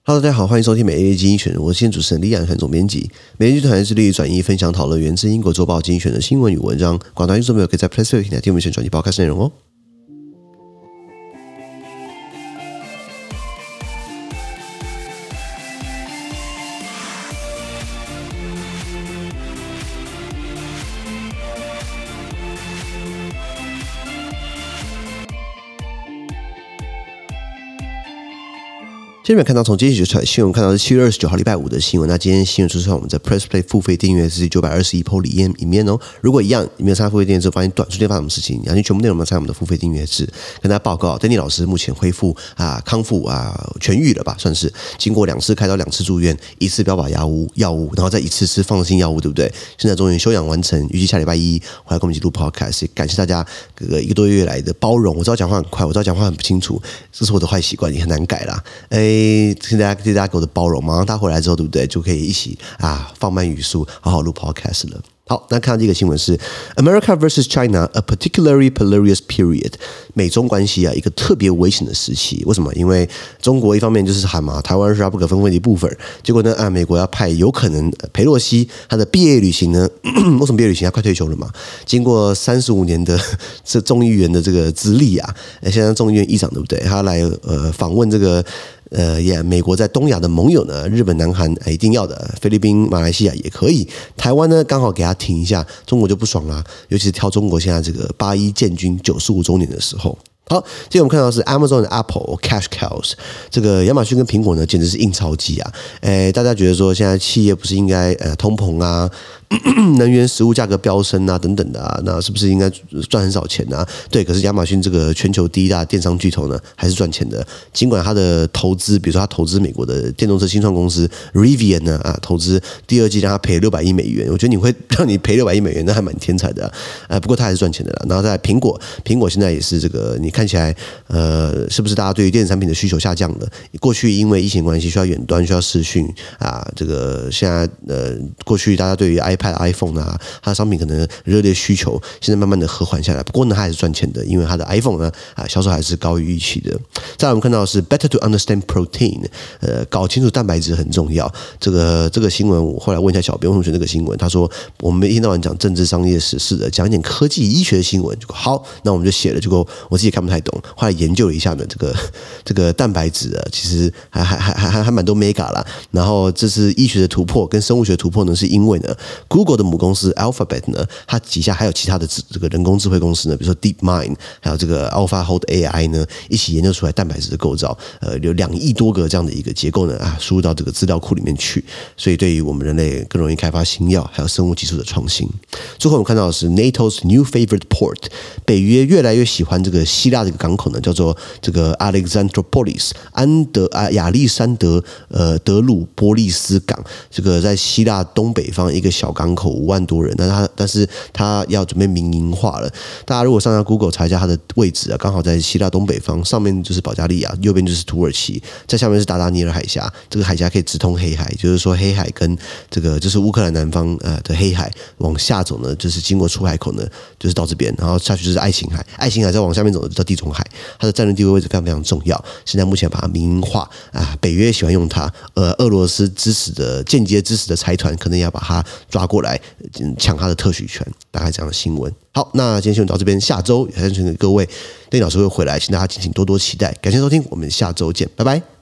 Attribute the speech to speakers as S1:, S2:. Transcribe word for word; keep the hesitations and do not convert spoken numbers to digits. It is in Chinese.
S1: Hello， 大家好，欢迎收听每日经济学人，我是今天主持人李养，总编辑。每日集团致力于转译、分享、讨论源自英国周报经济学的新闻与文章。广大听众朋友可以在 PressPlay 平台听我们选转译报开始内容哦。今天看到从经济学出来新闻，看到是七月二十九号礼拜五的新闻。那今天新闻出现我们在 PressPlay 付费订阅是九百二十一 po 里面里面哦。如果一样，你没有参加付费订阅之后，发现短时间发生什么事情，你要去全部内容参加我们的付费订阅制。跟大家报告 ，Danny 老师目前恢复啊康复啊痊愈了吧，算是经过两次开刀、两次住院，一次标靶药物药物，然后再一次吃放射性药物，对不对？现在终于休养完成，预计下礼拜一回来跟我们一起录 podcast。感谢大家这个一个多月来的包容。我知道讲话很快，我知道讲话很不清楚，这是我的坏习惯，也很难改啦。哎，现在。谢谢大家给我的包容，马上他回来之后，对不对？就可以一起啊放慢语速，好好录 podcast 了。好，那看到这个新闻是 America versus China, a particularly perilous period。美中关系啊，一个特别危险的时期。为什么？因为中国一方面就是喊嘛，台湾是它不可分割的一部分。结果呢，啊，美国要派有可能裴洛西他的毕业旅行呢？为什么毕业旅行？他快退休了嘛？经过三十五年的这众议员的这个资历啊，现在众议院议长对不对？他来呃访问这个。呃，也美国在东亚的盟友呢，日本、南韩一定要的，菲律宾、马来西亚也可以，台湾呢刚好给他停一下，中国就不爽啦，尤其是挑中国现在这个八一建军九十五周年的时候。好，接着我们看到的是 Amazon、Apple Cash Cows， 这个亚马逊跟苹果呢，简直是印钞机啊！诶，大家觉得说现在企业不是应该呃通膨啊，能源、食物价格飙升啊等等的啊，那是不是应该赚很少钱啊？对，可是亚马逊这个全球第一大电商巨头呢，还是赚钱的。尽管它的投资，比如说它投资美国的电动车新创公司 Rivian 呢啊，投资第二季让它赔六百亿美元，我觉得你会让你赔六百亿美元，那还蛮天才的啊。呃，不过它还是赚钱的啦。然后在苹果，苹果现在也是这个你看。看起来，呃，是不是大家对于电子产品的需求下降了？过去因为疫情关系需要远端、需要视讯啊，这个现在呃，过去大家对于 iPad、iPhone 啊，它的商品可能热烈需求，现在慢慢的和缓下来。不过呢，它还是赚钱的，因为它的 iPhone 呢啊销售还是高于预期的。再来我们看到的是 Better to understand protein， 呃，搞清楚蛋白质很重要。这个这个新闻我后来问一下小编为什么选这个新闻，他说我们一天到晚讲政治、商业、时事的，讲一点科技、医学的新闻，好，那我们就写了，结果我自己看不太懂，后来研究了一下呢，这个这个蛋白质啊，其实还还还还还蛮多 mega 啦。然后这是医学的突破跟生物学的突破呢，是因为呢 ，Google 的母公司 Alphabet 呢，它底下还有其他的这个人工智慧公司呢，比如说 DeepMind， 还有这个 AlphaFold A I 呢，一起研究出来蛋白质的构造，呃，有两亿多个这样的一个结构呢啊，输入到这个资料库里面去，所以对于我们人类更容易开发新药，还有生物技术的创新。最后我们看到的是 NATO's new favorite port， 北约越来越喜欢这个希腊这个港口呢，叫做这个 Alexandroupolis 安德啊亚历山德呃德鲁波利斯港，这个在希腊东北方一个小港口，五万多人，但它但是它要准备民营化了。大家如果上下 Google 查一下它的位置啊，刚好在希腊东北方，上面就是保加利亚，右边就是土耳其，在下面是达达尼尔海峡，这个海峡可以直通黑海，就是说黑海跟这个就是乌克兰南方呃的黑海往下走呢，就是经过出海口呢，就是到这边，然后下去就是爱琴海，爱琴海再往下面走到地中海，它的战略地位位置非常非常重要。现在目前把它民营化啊，北约喜欢用它，呃，俄罗斯支持的间接支持的财团可能也要把它抓过来，抢它的特许权，大概这样的新闻。好，那今天新闻到这边，下周也还是各位Danny老师会回来，请大家敬请多多期待。感谢收听，我们下周见，拜拜。